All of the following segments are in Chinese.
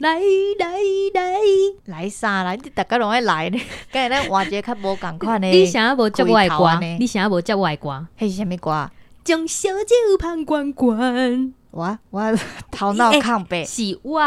来来啥啦？你大家拢爱来呢，敢会咱换一个较无共款的。 你想要无接我的歌？你想要无接我的歌？ 迄是啥物歌？ 将烧酒旁关关。 我头脑空白。 是我。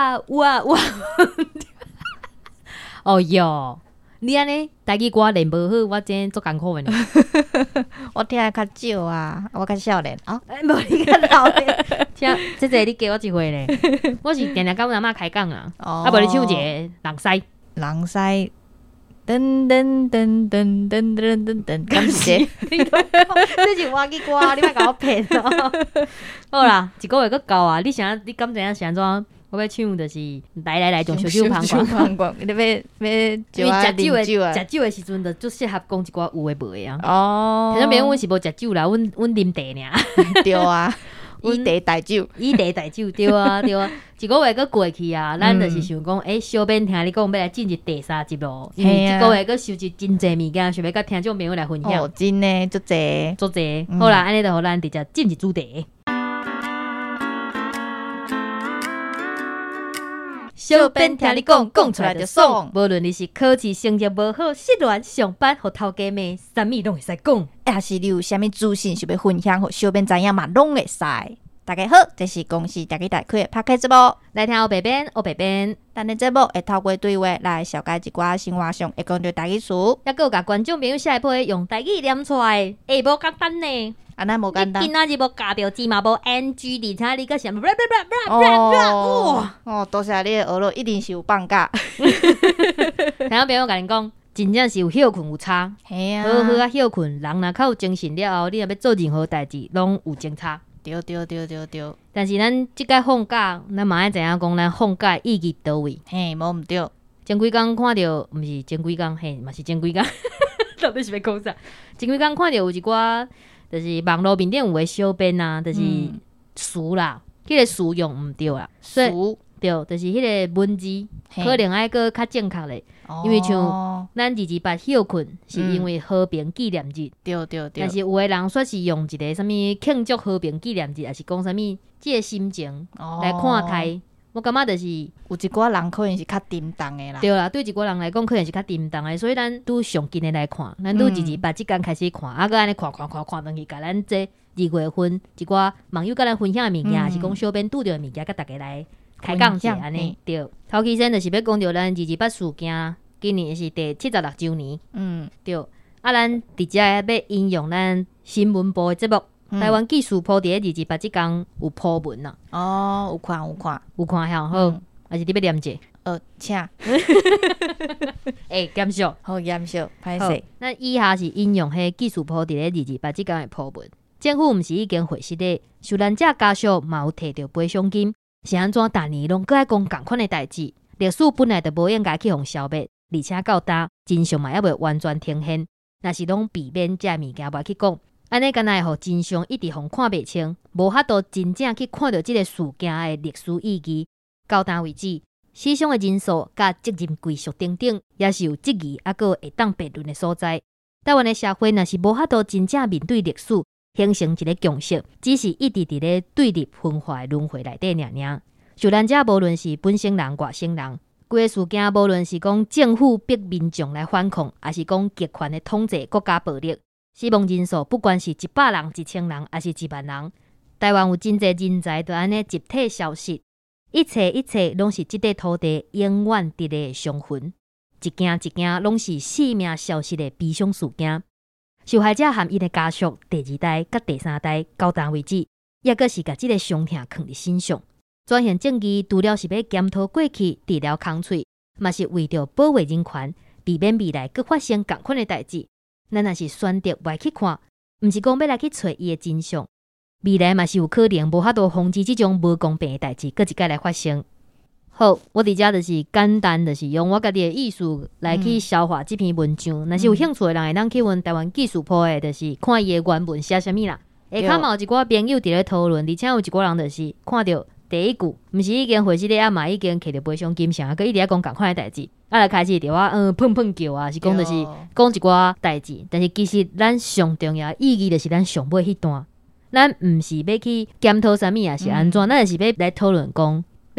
哦哟。你安尼台语歌练无好，我真足艰苦的呢。 我听的较少啊，我较少年啊。 无你较老咧。听，这你加我一回咧。我是定定甲阮阿嬷开讲啊。啊，无你唱一个人西。人西。 噔噔噔噔噔噔噔噔，敢是这？ 这是外语歌，你莫甲我骗哦。好啦，一个月佫够啊！你敢知影是安怎？我要唱就是来，从烧酒旁关。 你要因为食酒的时阵，就足适合讲一寡有诶无诶啊。 哦， 听说别阮是无食酒啦，阮啉茶尔。 对啊，以茶代酒， 对啊。一个月佫过去啊，咱就是想讲，小编听你讲要来进入第3集咯。因为一个月佫收集真侪物件，想要甲听众朋友来分享。 哦，真诶，足侪。 好啦，安尼就互咱直接进入主题。小编听你讲出来就爽。无论你是考试成绩无好、失恋、上班或头家骂，啥物拢会使讲。 还是你有啥物资讯想要分享，互小编知影嘛，拢会使。大家好，这是公司大家大开的 Podcast 节目， 来听黑白边。 咱的节目会透过对话来小解一寡生活上会讲到台语词， 也有甲观众朋友写批用台语念出来，无简单呢。 那无简单， 你今仔日无加着字嘛，无 NG， 而且你个什么？ 多谢你的学咯，一定是有放假。 听朋友甲你讲，真正是有休困有差。 嘿啊， 好啊休困，人若较有精神了后，你若要做任何代志，拢有精差。 对。 但是咱即摆放假，咱嘛爱知影讲咱放假意义倒位。 嘿，无毋对。 前几工看到，毋是前几工，嘿，嘛是前几工。到底是要讲啥？前几工看到有一寡。就是网络面顶有诶小编啊，就是词啦，迄个词用毋对啦，所以对，就是迄个文字可能爱个较正确咧。因为像咱28休困，是因为和平纪念日， 对。 但是有诶人说是用一个啥物庆祝和平纪念日，还是讲啥物即个心情来看待。我感觉就是有一寡人可能是较沉重的啦， 对啦，对一寡人来讲可能是较沉重的，所以咱拄上紧的来看，咱拄28即天开始看，啊，搁安尼看落去，甲咱这2月份一寡网友甲咱分享的物件，还是讲小编拄着的物件，甲大家来开讲者安尼。对，头期先就是要讲到咱228事件，今年是第76周年。对，啊，咱直接要引用咱新闻部的节目。台湾技术部伫咧228即天有铺文啦。 有看遐好，还是你要念者？ 请。 严肃， 好严肃，歹势。 咱以下是引用迄技术部伫咧228即天的铺文。政府毋是已经回息咧，受难者家属嘛有摕到赔偿金，是安怎？逐年拢搁爱讲共款的代志。历史本来就无应该去互消灭，而且到呾真相嘛还未完全呈现。若是拢避免这物件无去讲。安尼敢若会互真相一直互看袂清，无法度真正去看到即个事件的历史意义。到呾为止，死伤的人数甲责任归属等等，也是有质疑，还佫会当辩论的所在。台湾的社会若是无法度真正面对历史，形成一个共识，只是一直伫咧对立分化的轮回内底尔。受难者无论是本省人、外省人，规个事件无论是讲政府逼民众来反抗，还是讲极权的统治国家暴力。死亡人数不管是100人、1000人，还是1万人，台湾有真侪人才就安尼集体消失，一切拢是这块土地永远伫咧伤痕，一件拢是性命消失的悲伤事件。受害者和伊的家属第2代甲第3代到呾为止，也阁是甲这个伤痛藏伫身上。专项证据除了是要检讨过去治疗空喙，嘛是为着保护人权，避免未来阁发生同款的代志。咱若是选择袂去看，毋是讲要来去找伊的真相，未来嘛是有可能无法度防止这种无公平的代志，搁一摆来发生。好，我伫遮就是简单，就是用我家己的意思来去消化这篇文章。若是有兴趣的人，会当去问台湾技术部的，就是看伊的原文写啥物啦。下骹嘛有一寡朋友伫咧讨论，而且有一寡人就是看到第一句，毋是已经回息咧，啊嘛已经摕到赔偿金，上，佮一直在讲同款的代志。就开始着我碰叫啊，是讲就是讲一寡代志，但是其实咱上重要意义就是咱上尾迄段，咱毋是要去检讨啥物啊，是安怎？咱就是要来讨论讲，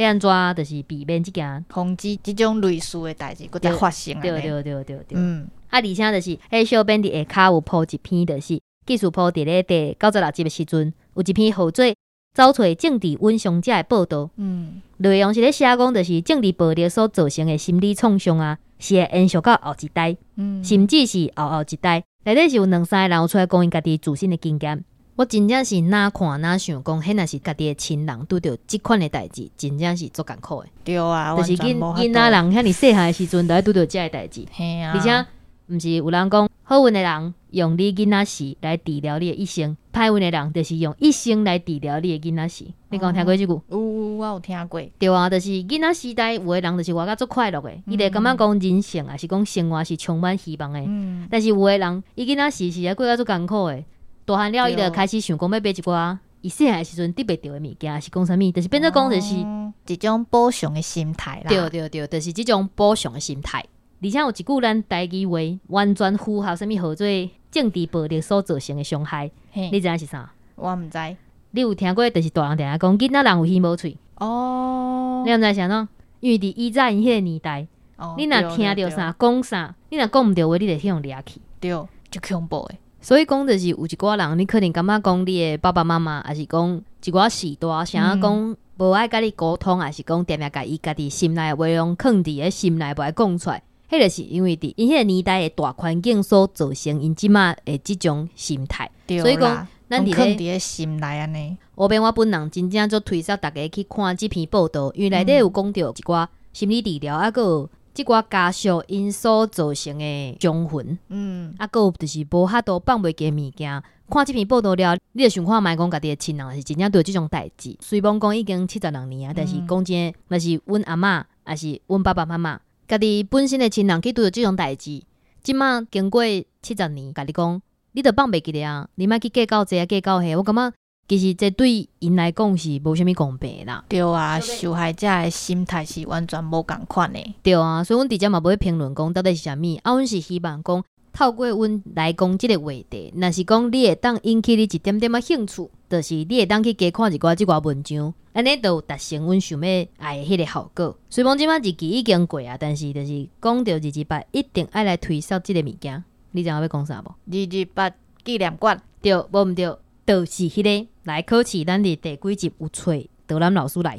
要安怎就是避免即件防止即种类似的代志搁再发生啊。 对，而且就是迄小编伫下骹有铺一篇，就是技术铺伫咧第96集的时阵，有一篇号做找找政治稳伤者的报道。内容是咧写讲，就是政治暴力所造成的心理创伤啊，是会延续到后一代，甚至是后一代。内底是有2、3个人有出来讲因家己自身的经验。我真正是哪看哪想讲，迄若是家己的亲人拄着即款的代志，真正是足艰苦的。 对啊， 就是囡仔人遐尼细汉的时阵，就爱拄着遮个代志。 啊， 而且毋是有人讲，好运的人用你囡仔死来治疗你的一生，歹运的人就是用一生来治疗你的囡仔死。你讲听过即句？ 有，我有听过。 对啊，就是囡仔时代有的人就是活甲足快乐的，伊就感觉讲人生啊是讲生活是充满希望的。但是有的人伊囡仔死是过甲足艰苦的，大汉了伊就开始想讲要买一寡伊细汉的时阵得袂着的物件，是讲啥物？就是变做讲就是一种补偿的心态啦。 对，就是即种补偿的心态。而且有一句咱台语话，完全符合啥物号做政治暴力所造成的伤害。你知影是啥？ 我毋知。 你有听过？就是大人定定讲，囡仔人有耳无喙。你毋知啥喏？因为伫以前因迄个年代，你若听着啥讲啥，你若讲毋着话，你就去用掠去。 对，就恐怖诶。 所以讲，就是有一寡人，你可能感觉讲你的爸爸妈妈，还是讲一寡时代，想要讲无爱甲你沟通，还是讲定定甲伊家己心内话用藏伫咧心内无爱讲出来。迄个是因为伫因迄个年代的大环境所造成因即马的即种心态，所以讲咱伫咧心内安尼。 后边我本人真正做推荐大家去看即篇报道，因为内底有讲到一寡心理治疗，还有即寡家属因所造成的伤痕，还有就是无遐多放袂记的物件。看即篇报道了，你就想看卖讲家己的亲人是真正对即种代志。虽讲讲已经72年啊，但是讲真，若是阮阿嬷，还是阮爸爸妈妈。家己本身的亲人去拄着即种代志，即马经过70年，家己讲，你着放袂记咧啊！你莫去计较这计较迄，我感觉其实这对因来讲是无啥物公平啦。 对啊，受害者的心态是完全无共款的。 对啊，所以阮直接嘛无去评论讲到底是啥物，阮是希望讲透过阮来讲即个话题，若是讲你会当引起你一点点仔兴趣，就是你会当去加看一寡即寡文章。安尼就达成阮想要爱的迄个效果。虽讲即摆日期已经过啊，但是就是讲到28一定爱来推销即个物件。你知影要讲啥无 ？28纪念馆。对， 无毋对，就是迄个来考试，咱伫第几集有找导览老师来。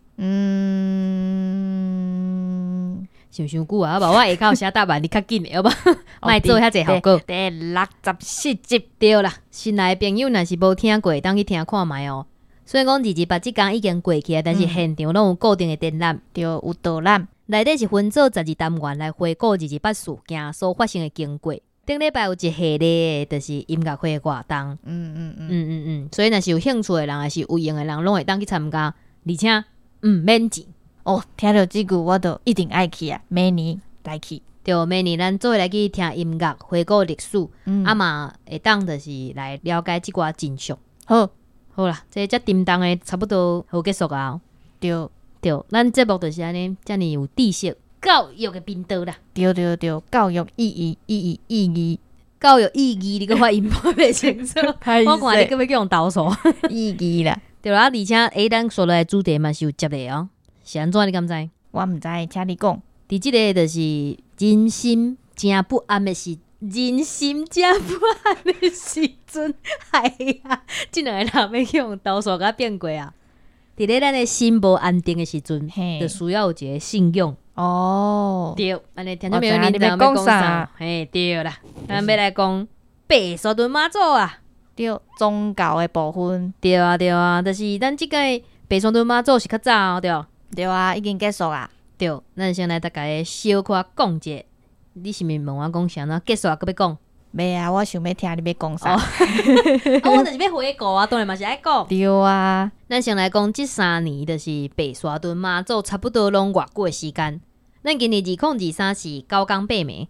想久啊，好无？我下口写答案你较紧的，好无？莫做遐济效果。 第64集对啦，新来的朋友若是无听过，当去听看觅哦。虽然讲28即天已经过去啊，但是现场拢有固定的展览， 对，有导览， 内底是分做12单元来回顾28事件所发生的经过。顶礼拜有一系列的，就是音乐会的活动，所以若是有兴趣的人，还是有闲的人，拢会当去参加，而且免钱。 听到这句我就一定爱去啊！每年来去， 对，每年咱做伙来去听音乐，回顾历史，嘛会当就是来了解即寡真相。好啦，这遮沉重的差不多好结束啊。对，咱节目就是安尼，遮尼有知识教育的频道啦。 对，教育意义， 教育意义，你个发音袂清楚。我看你可要用倒数意义啦。 对啦，而且咱说来主题嘛是有接的哦。是安怎你敢知？ 我毋知，请你讲。 伫即个就是人心真不安的时。人心真不安的时阵，哎呀，即两个人要去用倒数甲变过啊！伫咧咱的心无安定的时阵，就需要有一个信用。对，安尼听众朋友，你要讲啥？对啦，咱要来讲白沙屯妈祖啊！ 对，宗教的部分。 对啊，就是咱即个白沙屯妈祖是较早对啊，已经结束啊。 对，咱先来大家小可讲者。你是毋是问我讲啥呢？结束啊，搁要讲？ 袂啊，我想要听你要讲啥。 我就是要回顾啊，当然嘛是爱讲。 对啊， 咱先来讲，即3年就是白沙屯妈祖差不多拢偌久的时间。咱今年2023是9天8暝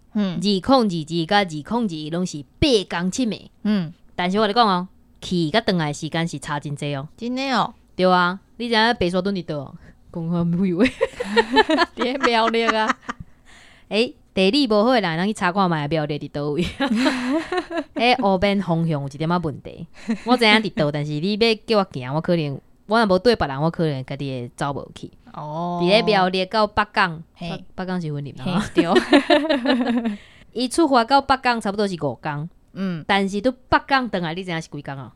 ，2022甲2021拢是8天7暝。但是我来讲哦，去甲转来的时间是差真济哦。 真的哦。 对啊，你知影白沙屯伫倒？讲话废话。 伫苗栗啊。 地理无好的人，咱去查看卖苗栗伫倒位。后边方向有一点仔问题，我知影伫倒，但是你要叫我行，我可能我若无对别人，我可能家己会走无去。 哦， 伫咧苗栗到北港， 嘿北港是云林嘿啦。 对， 伊出发到北港差不多是5工， 嗯但是拄北港倒来，你知影是几工啊？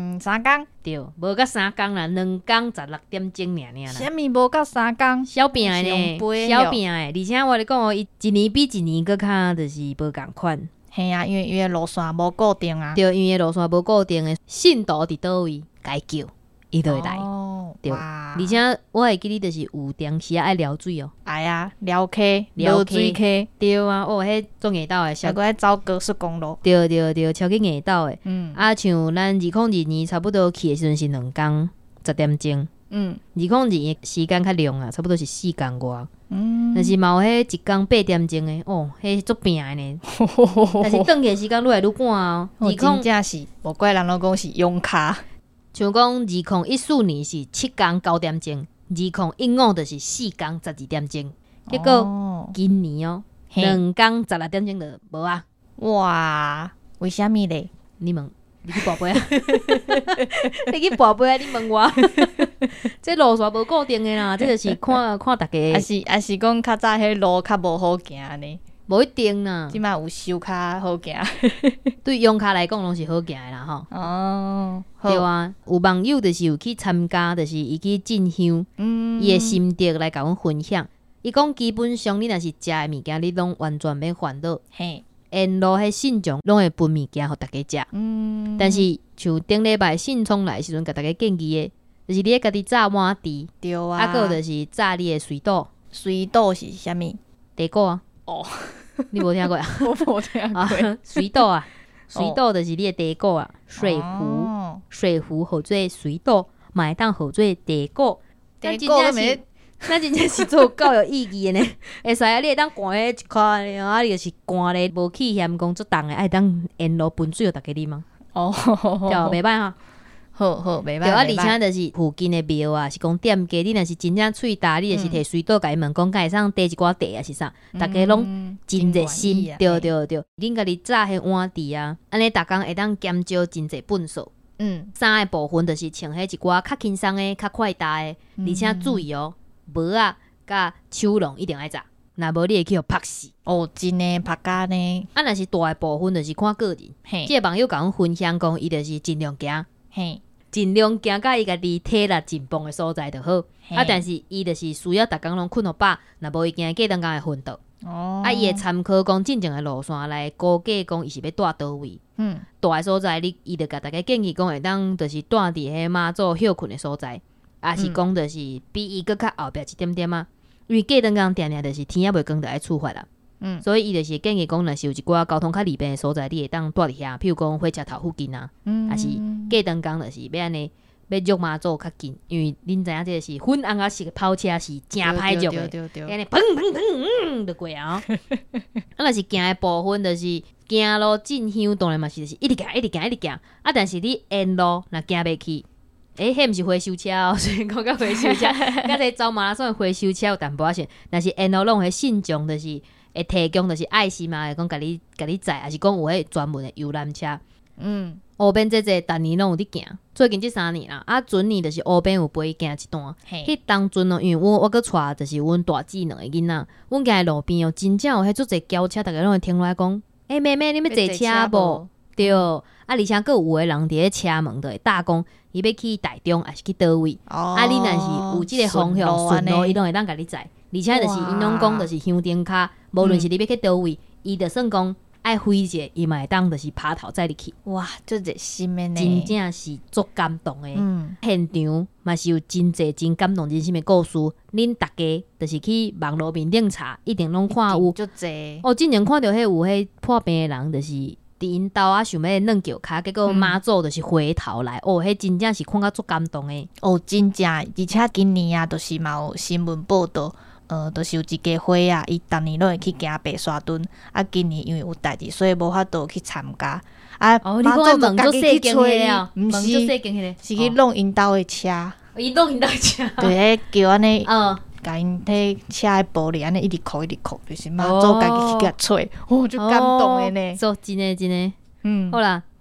3工， 对，无到3工啦，2工16点钟尔啦。 啥物无到3工？ 小饼的上呢， 杯小饼的，而且我咧讲哦，伊一年比一年搁较就是无共款。 嘿啊，因为路线无固定啊。 对，因为路线无固定的，信徒伫倒位，该叫伊就会来。 哦， 对， 哇而且我会记你就是有当时爱撩水哦。 哎呀，撩溪、 撩落水溪， 对啊，迄做硬道的小还，搁爱走高速公路。 对对对，超去硬道的。啊，像咱2002年差不多去的时阵是2工10点钟，2002年时间较长啊，差不多是4工外。但是嘛有迄1工8点钟的，哦，迄足拼的呢。但是转去的时间愈来愈赶哦。 真正是，无怪人拢讲是勇卡。 像讲2014年是7工9点钟，2015就是4工12点钟，结果今年哦2工16点钟就无啊。 哇，为虾米咧？ 你问，你去跋杯啊？你去跋杯啊？你问我，这路线无固定的啦，这就是看大家， 还是讲较早迄路较无好行呢？ 无一定啦。 即摆有修较好行。 对用卡来讲，拢是好行的啦吼。 哦， 对啊，有网友就是有去参加，就是伊去进香，伊的心得来甲阮分享。伊讲基本上你若是食的物件，你拢完全免烦恼。 嘿， 沿路迄信众拢会分物件互大家食。但是像顶礼拜信聪来的时阵，甲大家建议的，就是你家己炸满猪， 对啊， 啊，个就是炸你的水稻。 水稻是啥物？ 地瓜啊。 哦， 你无听过啊？ 我无听过。 水稻啊，水稻就是你的地瓜啊，水壶，水壶好做水稻，嘛会当好做地瓜。 地瓜咱真正是做够有意义的呢。会使啊，你会当寒诶一块，啊，你就是寒咧，无气嫌讲足重诶，爱当沿路分水互大家啉嘛。 哦， 对，袂歹哈。 好好，袂歹。 对啊，而且就是附近的庙啊，是讲店家，你若是真正喙焦，你就是摕水稻甲伊问讲，敢会使滴一寡茶啊，是啥？大家拢真热心，对对对。恁家己炸迄碗底啊，安尼逐工会当减少真侪粪扫。衫的部分就是穿迄一寡较轻松的、较快搭的，而且注意哦，帽啊甲手笼一定爱炸，若无你会去互拍死。 哦，真诶，拍假呢。 啊，若是大的部分就是看个人。即个网友甲阮分享讲，伊就是尽量行。尽量行到伊家己体力紧绷的所在就好。啊，但是伊就是需要逐工拢困互饱，若无伊惊过当工会昏倒。啊，伊会参考讲正常的路线来估计讲伊是要住倒位。大的所在，伊就甲大家建议讲会当就是住伫迄妈祖休困的所在，也是讲就是比伊搁较后壁一点点啊。因为过当工定定就是天也袂光就爱出发啦。所以伊就是建议讲，若是有一寡交通较利便的所在，你会当住伫遐，譬如讲火车头附近啊，还是过当工就是要安尼，要约妈祖较近，因为恁知影这是粉红啊色的跑车是真歹约的，安尼砰砰砰就过啊。啊，若是行的部分就是行路进香，当然嘛是就是一直行一直行一直行，啊，但是你沿路若行袂去。迄毋是回收车哦，所以讲到回收车，甲这走马拉松的回收车有淡薄仔但是沿路拢有信众，就是会提供就是爱心嘛，会讲甲你载，还是讲有迄专门的游览车。湖边这逐年拢有伫行，最近这3年啦，啊，前年就是湖边有陪伊行一段。迄当阵哦，因为我搁带就是阮大姊2个囡仔，阮行路边哦，真正有迄足侪轿车，逐个拢会停落来讲，妹妹，你要坐车无？对，啊，而且佫有的人伫咧车门就会打讲，伊要去台中还是去倒位？啊，你若是有即个方向顺路，伊拢会当甲你载。而且就是因拢讲，就是香灯卡，无论是你要去倒位，伊就算讲爱飞者，伊嘛会当就是爬头载你去。 哇，足热心的呢， 真正是足感动的。现场嘛是有真侪真感动人心的故事。恁大家就是去网络面顶查，一定拢看有。 足侪哦，之前看到迄有迄破病的人，就是伫因兜啊想要软脚骹，结果妈祖就是回头来。哦，迄真正是看甲足感动的。 哦，真正，而且今年啊，就是嘛有新闻报道。就是有一家伙啊，伊逐年拢会去行白沙屯，啊，今年因为有代志，所以无法度去参加。啊， 你讲的问足细间迄个， 毋是，是去弄因兜的车。 伊弄因兜车。 对，叫安尼，甲因迄车的玻璃安尼一直扣一直扣，就是妈祖家己去甲找，哦，就感动的呢。 真的。好啦，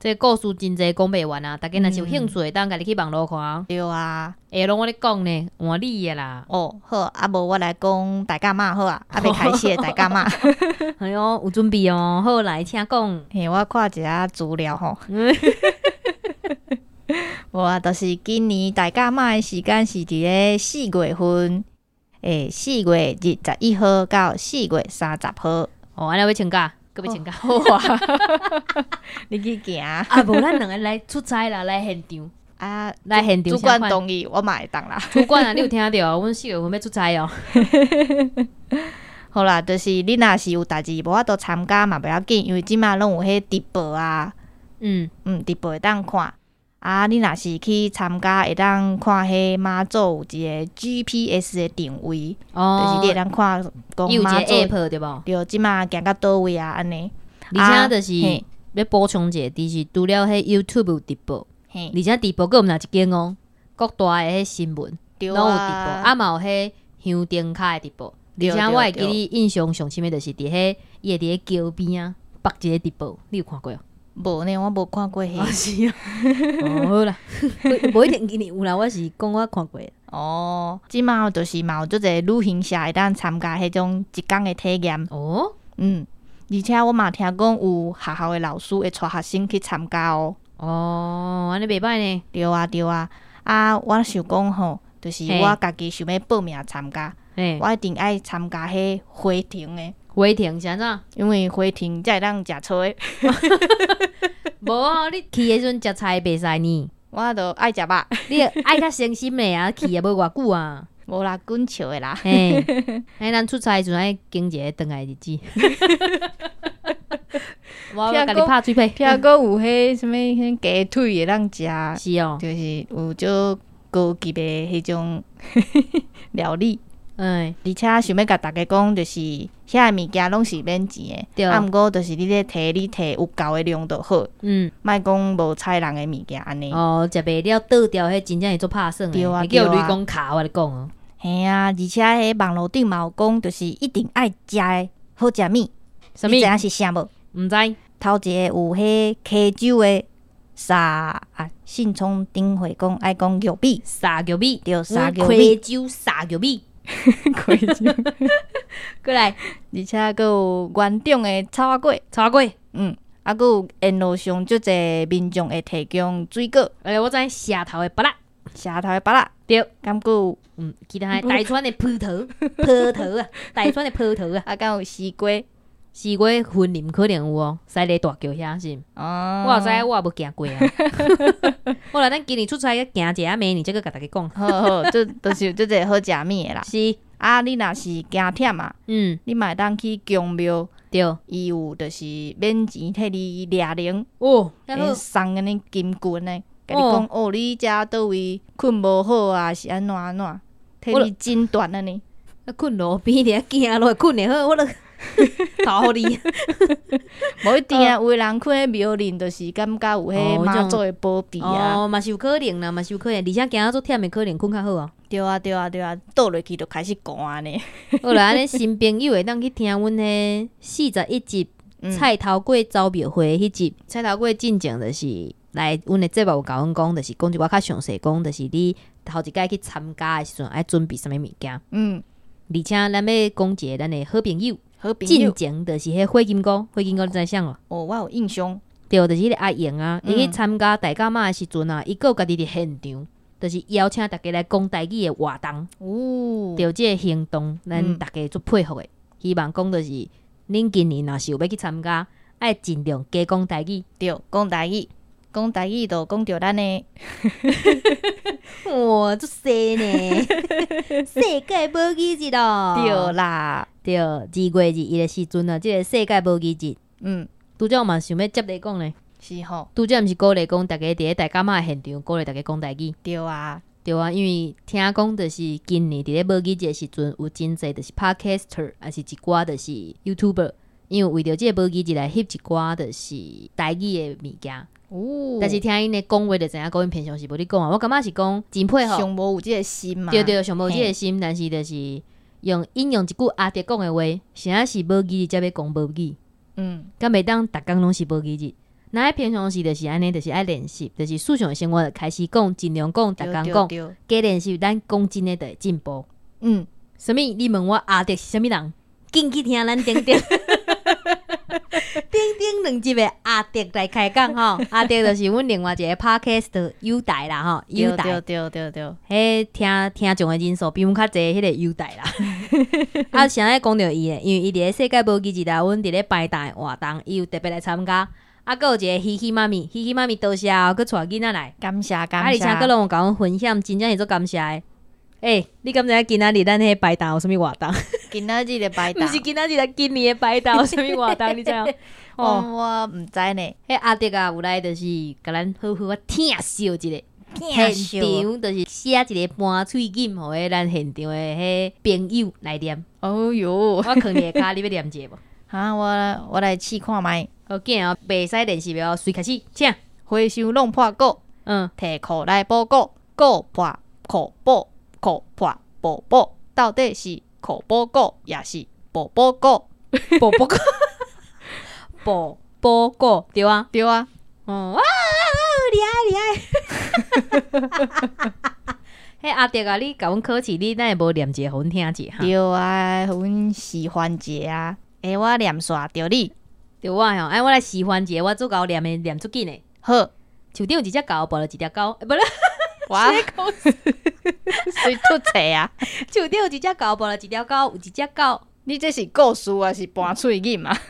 这故事真侪讲袂完啊！大家若是有兴趣，当家己去网络看哦。 对啊， 下拢我咧讲呢，换你的啦。 哦，好，啊无我来讲大甲妈好啊，啊要开始的大甲妈。 哎哟，有准备哦，好来，请讲。 嘿，我看一下资料吼。无啊，就是今年大甲妈的时间是伫咧4月份，4月21号到4月30号。 哦，安尼要请假，搁要请假。 好啊，你去行啊，无咱两个来出差啦，来现场。 啊， 来现场。 主管同意，我嘛会当啦。 主管啊，你有听到？阮4月份要出差哦。 好啦，就是你若是有代志无法度参加嘛，袂要紧，因为即马拢有迄直播啊。直播会当看。啊，你若是去参加，会当看迄妈祖有一个 GPS 的定位，就是你会当看讲妈祖 app 对无？ 对，即马行到倒位啊，安尼。 而且就是要补充一下，就是除了迄 YouTube 有直播，而且直播佫毋若一间哦，各大的迄新闻拢有直播，啊嘛有迄香灯卡的直播。而且我会记你印象上深的，就是伫迄伊会伫迄桥边啊，放一个直播，你有看过哦？ 无呢，我无看过迄。 是啊。好啦，无一定今年有啦，我是讲我看过。 哦，即马就是嘛有做者旅行社会当参加迄种一天的体验。 哦， 而且我嘛听讲有学校的老师会带学生去参加哦。 哦，安尼袂歹呢。 对啊，对啊。啊，我想讲吼，就是我家己想要报名参加，我一定爱参加迄花亭的。 花亭是安怎？ 因为花亭才会当食菜。 无啊，你去的时阵食菜袂使呢。 我都爱食肉。 你爱较诚心的啊，去也无偌久啊。 无啦，滚笑的啦。 嘿，咱出差的时阵爱经一个转来日子。我家己拍水皮。 听讲有迄什物迄鸡腿会当食。 是哦。 就是有种高级的迄种料理。而且想要甲大家讲，就是遐个物件拢是免钱的，啊，毋过就是你摕有够的量就好，莫讲无彩人的物件安尼。 哦，食袂了倒掉，迄真正会做拍算的，会叫雷公卡，我咧讲哦。 嘿啊，而且迄网络顶嘛有讲，就是一定爱食的好食物。什么？你知影是啥无？ 毋知。 头一个有迄溪州的沙信聪顶会讲爱讲玉米， 沙玉米， 对，沙玉米， 溪州沙玉米。 溪州， 过来， 而且佫有园长的草仔粿，啊，佫有沿路上足侪民众会提供水果， 我知蛇头的芭乐， 对， 敢佫有其他的台川的葡萄啊，台川的葡萄啊， 敢有西瓜分林可能有哦，西丽大桥遐是。我知，我也无行过啊。好啦，咱今年出差要行一下，明年再甲大家讲。 好，这就是这个好食物的啦。 是啊，你若是惊忝啊，你嘛会当去宫庙， 对， 伊有就是免钱替你掠铃哦， 送安尼金棍呢，甲你讲哦，你遮倒位困无好啊，是安怎，替你诊断安尼。 困路边咧，行落困的好，我都。头互你， 无一定啊。有的人困喺庙里，就是感觉有迄妈祖的保庇啊。 哦，嘛是有可能啦，嘛是有可能，而且行啊做忝的，可能困较好啊。 对啊，倒落去就开始寒呢。 好啦，安尼新朋友会当去听阮迄41集菜头粿招庙会迄集。菜头粿进前就是来阮的节目有甲阮讲，就是讲一寡较详细讲，就是你头一摆去参加的时阵爱准备啥物物件。而且咱要讲一个咱的好朋友。进前就是迄火金姑，你知啥哦？ 哦，我有印象。 对，就是迄个阿英啊，伊去参加大甲妈的时阵啊，伊有家己伫现场，就是邀请大家来讲台语的活动。哦，对，即个行动，咱大家做配合的。希望讲就是，恁今年若是有要去参加，爱尽量加讲台语。 对，讲台语就讲着咱的。 哇，足细呢！世界无语日咯。 对啦。 对，2月21的时阵啊，即个世界无语日，拄则嘛想要接你讲呢， 是吼， 拄则毋是鼓励讲大家伫咧大甲妈现场鼓励大家讲台语， 对啊， 因为听讲就是今年伫咧无语日的时阵，有真侪就是 podcaster， 还是一寡就是 YouTuber， 因为为着即个无语日来翕一寡就是台语的物件。但是听因的讲话就知影，讲因平常时无咧讲啊，我感觉是讲真配合， 上无有即个心嘛， 对，上无有即个心，但是就是引用一句阿德讲的话，啥是无语日才要讲无语，敢袂当逐工拢是无语日， 那平常时就是安尼，就是爱练习，就是日常生活就开始讲，尽量讲，逐工讲，加练习，咱讲真诶就会进步。什么？你问我阿迪是啥物人？紧去听咱丁丁两集的阿迪来开讲吼。阿迪就是阮另外一个 podcast 的优待啦吼，优待对，迄听众的人数比阮较济，迄个优待啦。啊，谁爱讲着伊诶？因为伊伫咧世界无记日啦，阮伫咧排档的活动，伊有特别来参加。啊，还有一个希希妈咪，希希妈咪多谢哦，佮带囡仔来， 感谢。啊， 而且佮拢有甲阮分享，真正是做感谢的。你敢知今仔日咱迄排档有啥物活动？ 今仔日的排档， 毋是今仔日的今年的排档有啥物活动？你知影？ 我毋知呢。 迄阿迪啊，有来就是甲咱好好疼惜一个，现场就是写一个搬喙锦，互迄咱现场的迄朋友来念。 哦哟， 我囥你的骹，你要念一个无？ 哈，我来试看觅。 好见哦，袂使练习哦，随开始，请。 花箱弄破鼓，摕裤来补鼓，鼓破裤补，裤破补补，到底是裤补鼓，也是补补鼓？ 补补鼓，补补鼓，对啊， 对啊。 厉害！迄阿迪啊，你甲阮考试，你哪会无念一个，互阮听一下？ 对啊，互阮示范一个啊。我念煞着你。 对我吼，我来示范一个，我做狗念的念出紧的。 好， 树顶有一只狗，抱了一条狗，不是， 哇，谁出册啊？ 树顶有一只狗，抱了一条狗，有一只狗。 你这是故事还是搬喙锦啊？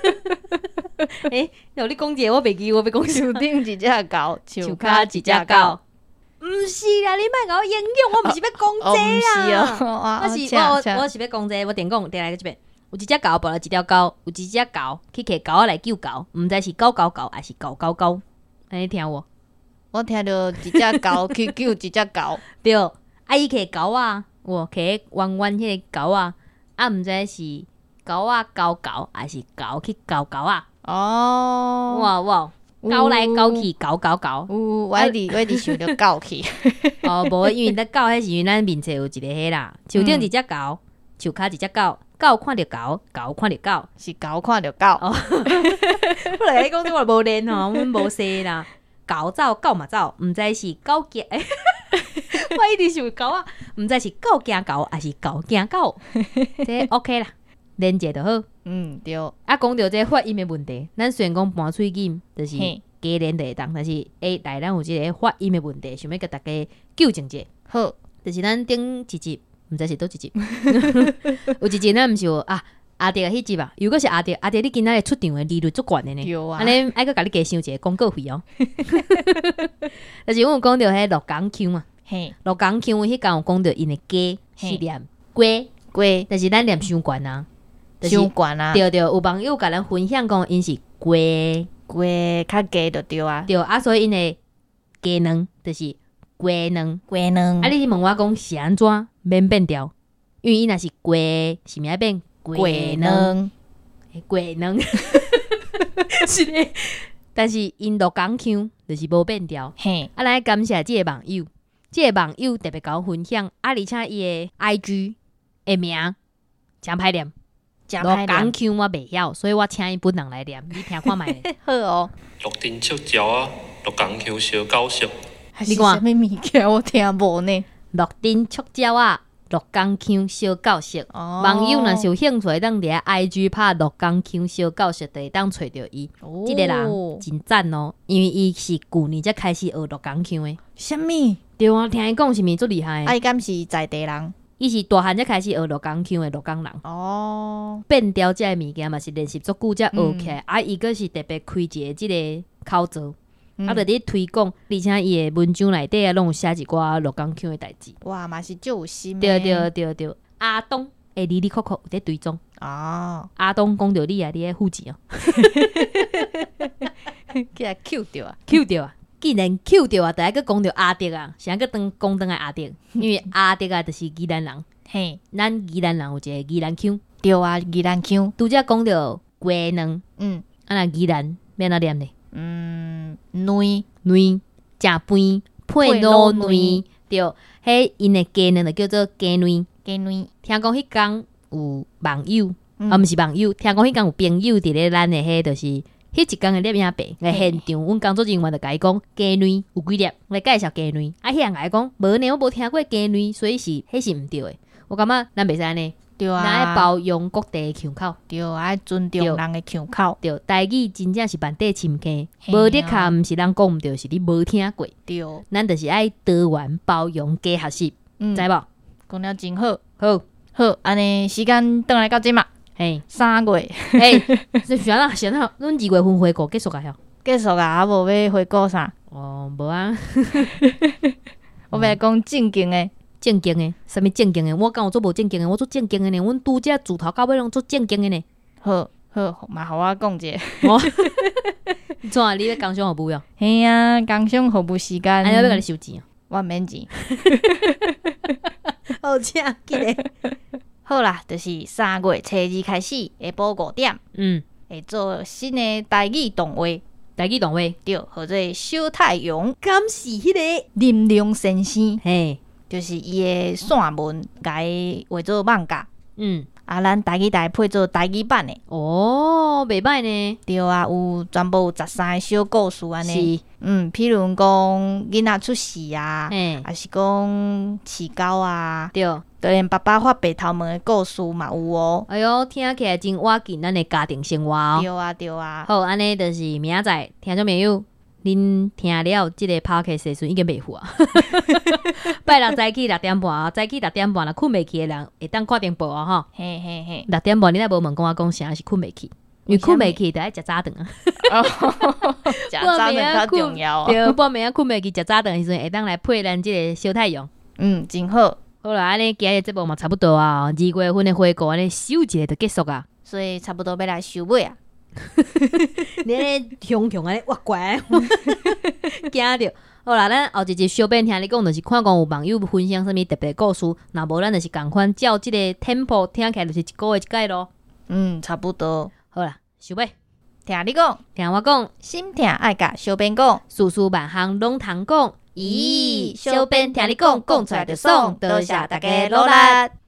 有你讲一个，我袂记，我要讲树顶一只狗，树骹一只狗。毋是啦，你莫甲我应用，我毋是要讲这啦。我是要讲这，我电讲来这边。有一只狗抱了一条狗，有一只狗去摕狗仔来救狗，毋知是狗还是狗。安尼听我听到一只狗去救一只狗， 对，伊摕狗仔，摕弯弯迄个狗仔，毋知是狗仔狗还是狗去狗仔。哇，狗来狗去，狗。 我伫想着狗去。 无，因为咱狗迄是因为咱面前有一个迄啦，树顶一只狗，树骹一只狗。狗看到狗，狗看到狗， 是狗看到狗。 我来讲这我无练吼，阮无说啦。狗走，狗嘛走，毋知是狗惊。我一直想狗啊，毋知是狗惊狗，还是狗惊狗。这 OK 啦，练者就好。 对。 啊，讲到这发音的问题，咱虽然讲搬喙锦，就是加练就会当，但是来咱有一个发音的问题，想要甲大家纠正者。 好， 就是咱顶一集。毋知是倒一集，有一集咱毋是有阿迪迄集吧？如果是阿迪，你今仔日出场的利率足悬的呢？ 对啊， 安尼爱阁甲你加收一个广告费哦。就是阮有讲到迄鹿港腔嘛，鹿港腔迄间有讲到因的家是念鸡，但是咱念伤悬啊， 伤悬啊。 对，有网友甲咱分享讲因是鸡较鸡就对啊， 对啊，所以因的鸡卵就是。鸡卵，你问我讲是安怎免变调？因为伊若是鸡，是毋爱变鸡卵？鸡卵是咧，但是因鹿港腔就是无变调。来感谢这个网友，特别甲我分享，而且伊的 IG 的名真歹念，鹿港腔我袂晓，所以我请伊本人来念，你听看觅。 好哦。 鹿丁触礁啊，鹿港腔小狗食。 你看什么物件我听无呢？ 鹿丁触礁啊，鹿港腔小教室。网友若是有兴趣，当伫 IG 拍鹿港腔小教室，就会当找到伊。这个人真赞哦，因为伊是旧年才开始学鹿港腔的。 什么？ 对啊，听伊讲是毋是足厉害的？ 伊敢是在地人？ 伊是大汉才开始学鹿港腔的鹿港人。变调这个物件嘛是练习足久才学起来。伊个是特别开一个即个口座。就伫推广，而且伊的文章内底拢有写一寡鹿港腔的代志。 哇，嘛是就有心的。 对。阿东会哩哩扣扣有在追踪。阿东讲到你啊，你的户籍哦。 给他 Q 掉啊！ 既然 Q 掉啊，第一个讲到阿迪啊，想个讲转来阿迪，因为阿迪啊就是宜兰人。咱宜兰人有一个宜兰腔。 对啊，宜兰腔。 拄则讲到鸡卵，那宜兰要哪念呢？ 卵正肥配卤卵，对，迄因的鸡卵就叫做鸡卵。听讲迄天有网友，毋是网友，听讲迄天有朋友伫咧咱的迄就是迄一工的粒影白，来现场，阮工作人员就甲伊讲鸡卵有几粒，来介绍鸡卵。啊，迄人甲伊讲，无呢，我无听过鸡卵，所以迄是毋对的。我感觉咱袂使安尼， 对啊， 咱爱包容各地的腔口， 对，爱尊重人的腔口， 对，台语真正是万底深坑，无得卡，毋是人讲毋对，是你无听过。 对， 咱就是爱多元包容加学习，知无？ 讲了真好， 好， 安尼时间转来到即嘛， 嘿 3月， 是想啦，阮2月份回顾结束啊， 结束啊，无要回顾啥？ 哦，无啊， 我要讲正经的。 正经的，啥物正经的？我敢有做无正经的？我做正经的呢。阮拄则自头到尾拢做正经的呢。 好，嘛，互我讲者。 怎啊？你要工商服务哦？ 嘿啊，工商服务时间。 安尼要甲你收钱哦？ 我免钱。 好请记得。 好啦，就是3月初2开始，下晡5点，会做新的台语动画。 台语动画对，叫做小太阳， 敢是迄个林良先生。 嘿。 就是伊的散文，甲伊画做漫画，咱台语台配做台语版的。 哦，袂歹呢。 对啊，全部有13个小故事安尼。 是， 譬如讲囡仔出世啊，还是讲饲狗啊， 对， 就连爸爸发白头毛的故事嘛有哦。 哎哟，听起来真瓦紧咱的家庭生活哦。 对啊。 好，安尼就是明仔载，听众朋友。恁听了即个 podcast 的时阵已经袂赴啊！拜六早起6点半啊，早起6点半啦，困袂去的人会当看电报啊吼。 嘿 6点半你若无问我讲啥是困袂去，因为困袂去就爱食早顿啊。 食早顿较重要。 对，半暝困袂去食早顿的时阵会当来配咱即个小太阳。 真好。 好啦，安尼今日节目嘛差不多啊，2月份的回顾安尼收一下就结束啊。 所以差不多要来收尾啊。 你安尼雄雄安尼哇乖，惊着。好啦，咱后一集小编听你讲，就是看讲有网友分享什么特别故事，若无咱就是共款照即个 tempo 听起来就是一个月一改咯。 差不多。 好啦，收尾听你讲， 听我讲， 心听爱甲小编讲， 事事万项拢通讲。 咦，小编听你讲，讲出来就爽，多谢大家努力。